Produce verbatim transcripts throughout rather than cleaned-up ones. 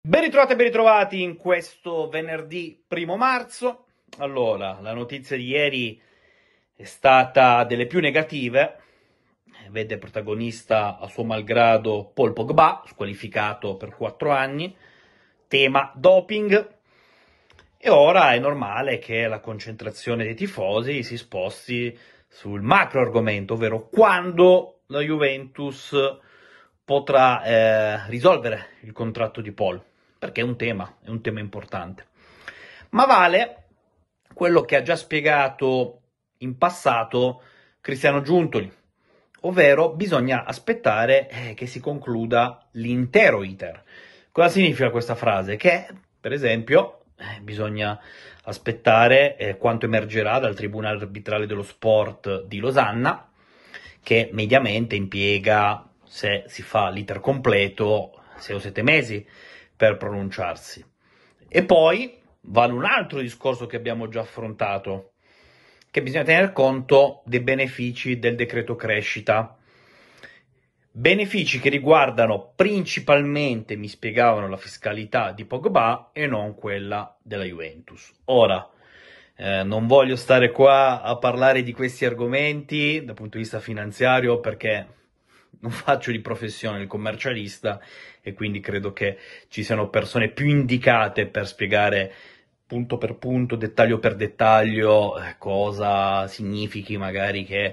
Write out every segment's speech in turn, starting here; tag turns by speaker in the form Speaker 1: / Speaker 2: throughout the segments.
Speaker 1: Ben ritrovate e ben ritrovati in questo venerdì primo marzo. Allora, la notizia di ieri è stata delle più negative. Vede protagonista a suo malgrado Paul Pogba, squalificato per quattro anni, tema doping. E ora è normale che la concentrazione dei tifosi si sposti sul macro argomento, ovvero quando la Juventus potrà eh, risolvere il contratto di Paul, perché è un tema, è un tema importante. Ma vale quello che ha già spiegato in passato Cristiano Giuntoli, ovvero bisogna aspettare eh, che si concluda l'intero iter. Cosa significa questa frase? Che, per esempio, eh, bisogna aspettare eh, quanto emergerà dal Tribunale Arbitrale dello Sport di Losanna, che mediamente impiega, se si fa l'iter completo, sei o sette mesi per pronunciarsi. E poi vale un altro discorso che abbiamo già affrontato, che bisogna tener conto dei benefici del decreto crescita. Benefici che riguardano principalmente, mi spiegavano, la fiscalità di Pogba e non quella della Juventus. Ora, eh, non voglio stare qua a parlare di questi argomenti dal punto di vista finanziario perché non faccio di professione il commercialista e quindi credo che ci siano persone più indicate per spiegare punto per punto, dettaglio per dettaglio, eh, cosa significhi magari che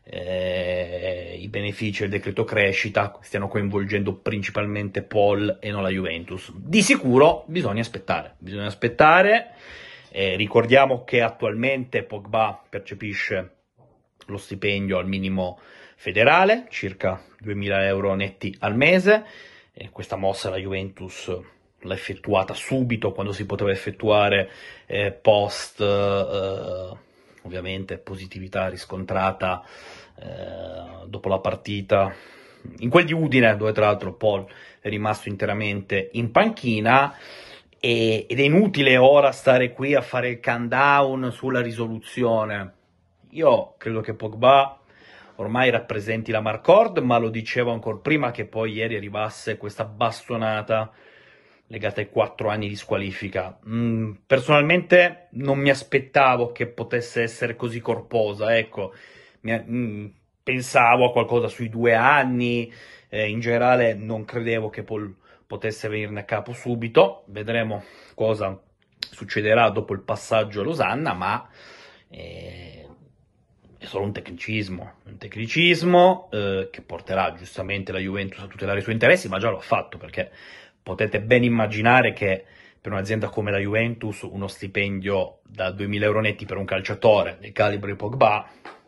Speaker 1: eh, i benefici del decreto crescita stiano coinvolgendo principalmente Paul e non la Juventus. Di sicuro bisogna aspettare, bisogna aspettare. Eh, ricordiamo che attualmente Pogba percepisce lo stipendio al minimo federale, circa duemila euro netti al mese. E questa mossa la Juventus l'ha effettuata subito, quando si poteva effettuare eh, post, eh, ovviamente, positività riscontrata eh, dopo la partita, in quel di Udine, dove tra l'altro Paul è rimasto interamente in panchina. E, ed è inutile ora stare qui a fare il countdown sulla risoluzione. Io credo che Pogba ormai rappresenti la Marcord, ma lo dicevo ancora prima che poi ieri arrivasse questa bastonata legata ai quattro anni di squalifica. Mm, personalmente non mi aspettavo che potesse essere così corposa, ecco, mi, mm, pensavo a qualcosa sui due anni, eh, in generale non credevo che Paul potesse venirne a capo subito. Vedremo cosa succederà dopo il passaggio a Losanna, ma eh, è solo un tecnicismo, un tecnicismo eh, che porterà giustamente la Juventus a tutelare i suoi interessi, ma già lo ha fatto, perché potete ben immaginare che per un'azienda come la Juventus uno stipendio da duemila euro netti per un calciatore del calibro di Pogba,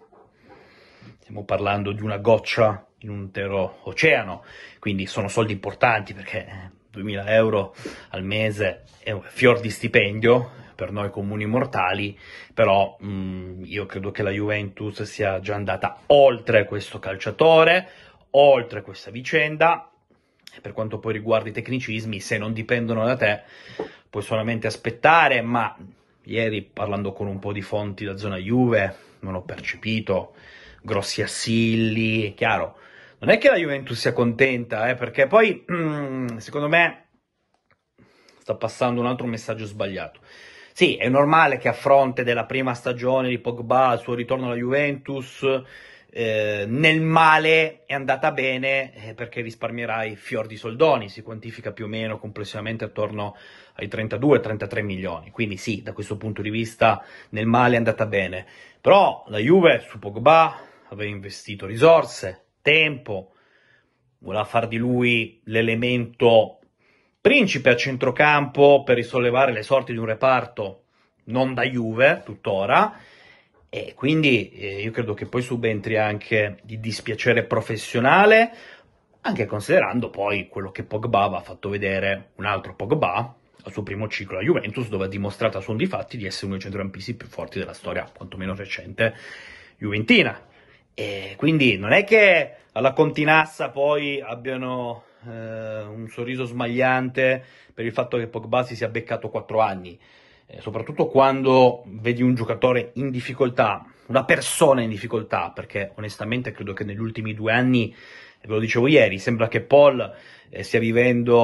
Speaker 1: stiamo parlando di una goccia in un intero oceano, quindi sono soldi importanti, perché duemila euro al mese è un fior di stipendio per noi comuni mortali, però mh, io credo che la Juventus sia già andata oltre questo calciatore, oltre questa vicenda, e per quanto poi riguarda i tecnicismi, se non dipendono da te, puoi solamente aspettare, ma ieri parlando con un po' di fonti da zona Juve non ho percepito grossi assilli. È chiaro, non è che la Juventus sia contenta, eh, perché poi, mm, secondo me, sta passando un altro messaggio sbagliato. Sì, è normale che a fronte della prima stagione di Pogba, al suo ritorno alla Juventus, eh, nel male è andata bene, eh, perché risparmierai fior di soldoni, si quantifica più o meno complessivamente attorno ai trentadue trentatré milioni. Quindi sì, da questo punto di vista nel male è andata bene. Però la Juve su Pogba aveva investito risorse, tempo, voleva far di lui l'elemento principe a centrocampo per risollevare le sorti di un reparto non da Juve tuttora, e quindi eh, io credo che poi subentri anche di dispiacere professionale, anche considerando poi quello che Pogba aveva fatto vedere, un altro Pogba al suo primo ciclo a Juventus, dove ha dimostrato a suon di fatti di essere uno dei centrocampisti più forti della storia, quantomeno recente, juventina. E quindi non è che alla Continassa poi abbiano eh, un sorriso smagliante per il fatto che Pogba si sia beccato quattro anni, eh, soprattutto quando vedi un giocatore in difficoltà, una persona in difficoltà, perché onestamente credo che negli ultimi due anni, ve lo dicevo ieri, sembra che Paul eh, stia vivendo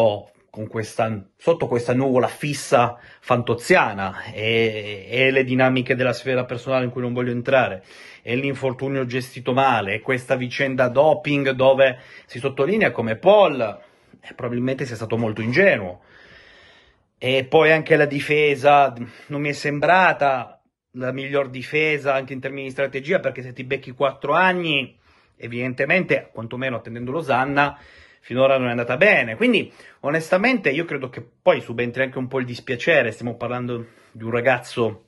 Speaker 1: con questa, sotto questa nuvola fissa fantoziana, e, e le dinamiche della sfera personale in cui non voglio entrare, e l'infortunio gestito male, e questa vicenda doping dove si sottolinea come Paul eh, probabilmente sia stato molto ingenuo. E poi anche la difesa non mi è sembrata la miglior difesa anche in termini di strategia, perché se ti becchi quattro anni, evidentemente, quantomeno attendendo Losanna, finora non è andata bene. Quindi onestamente io credo che poi subentri anche un po' il dispiacere. Stiamo parlando di un ragazzo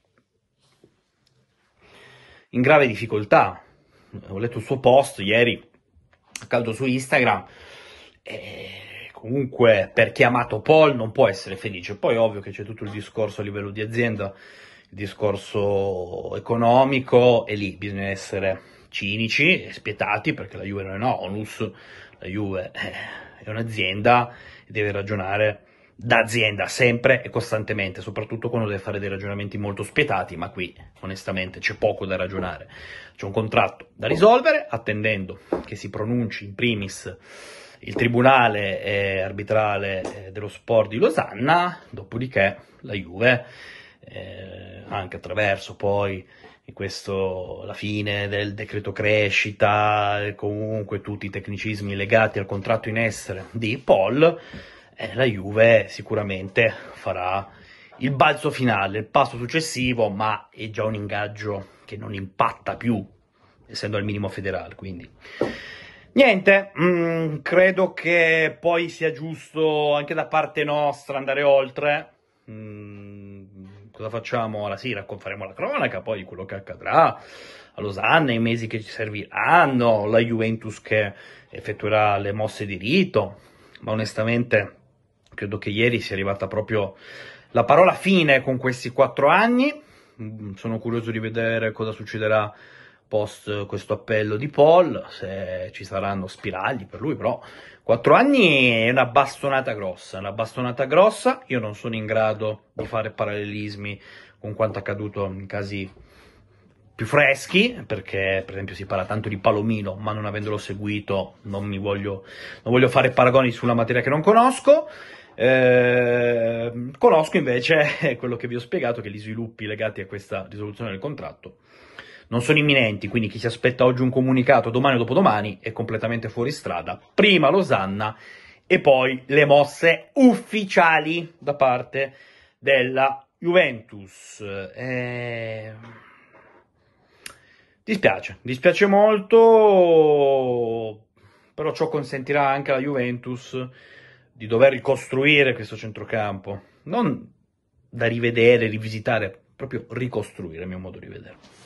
Speaker 1: in grave difficoltà. Ho letto il suo post ieri a caldo su Instagram, e comunque per chi ha amato Paul non può essere felice. Poi è ovvio che c'è tutto il discorso a livello di azienda, il discorso economico, e lì bisogna essere cinici e spietati, perché la Juve non è una onus, la Juve è un'azienda e deve ragionare da azienda sempre e costantemente, soprattutto quando deve fare dei ragionamenti molto spietati, ma qui onestamente c'è poco da ragionare. C'è un contratto da risolvere, attendendo che si pronunci in primis il tribunale eh, arbitrale eh, dello sport di Losanna, dopodiché la Juve, eh, anche attraverso poi questo, la fine del decreto crescita e comunque tutti i tecnicismi legati al contratto in essere di Paul, eh, la Juve sicuramente farà il balzo finale, il passo successivo, ma è già un ingaggio che non impatta più, essendo al minimo federale, quindi niente, mh, credo che poi sia giusto anche da parte nostra andare oltre. Mh, cosa facciamo? Alla sì, faremo la cronaca poi di quello che accadrà a Losanna, i mesi che ci serviranno, la Juventus che effettuerà le mosse di rito, ma onestamente credo che ieri sia arrivata proprio la parola fine con questi quattro anni. Mh, sono curioso di vedere cosa succederà post questo appello di Paul, se ci saranno spiragli per lui, però quattro anni è una bastonata grossa, una bastonata grossa. Io non sono in grado di fare parallelismi con quanto accaduto in casi più freschi, perché per esempio si parla tanto di Palomino, ma non avendolo seguito non mi voglio, non voglio fare paragoni sulla materia che non conosco. Eh, conosco invece quello che vi ho spiegato, che gli sviluppi legati a questa risoluzione del contratto non sono imminenti, quindi chi si aspetta oggi un comunicato domani o dopodomani è completamente fuori strada. Prima Losanna e poi le mosse ufficiali da parte della Juventus. Eh... Dispiace, dispiace molto, però ciò consentirà anche alla Juventus di dover ricostruire questo centrocampo, non da rivedere, rivisitare, proprio ricostruire, a mio modo di vedere.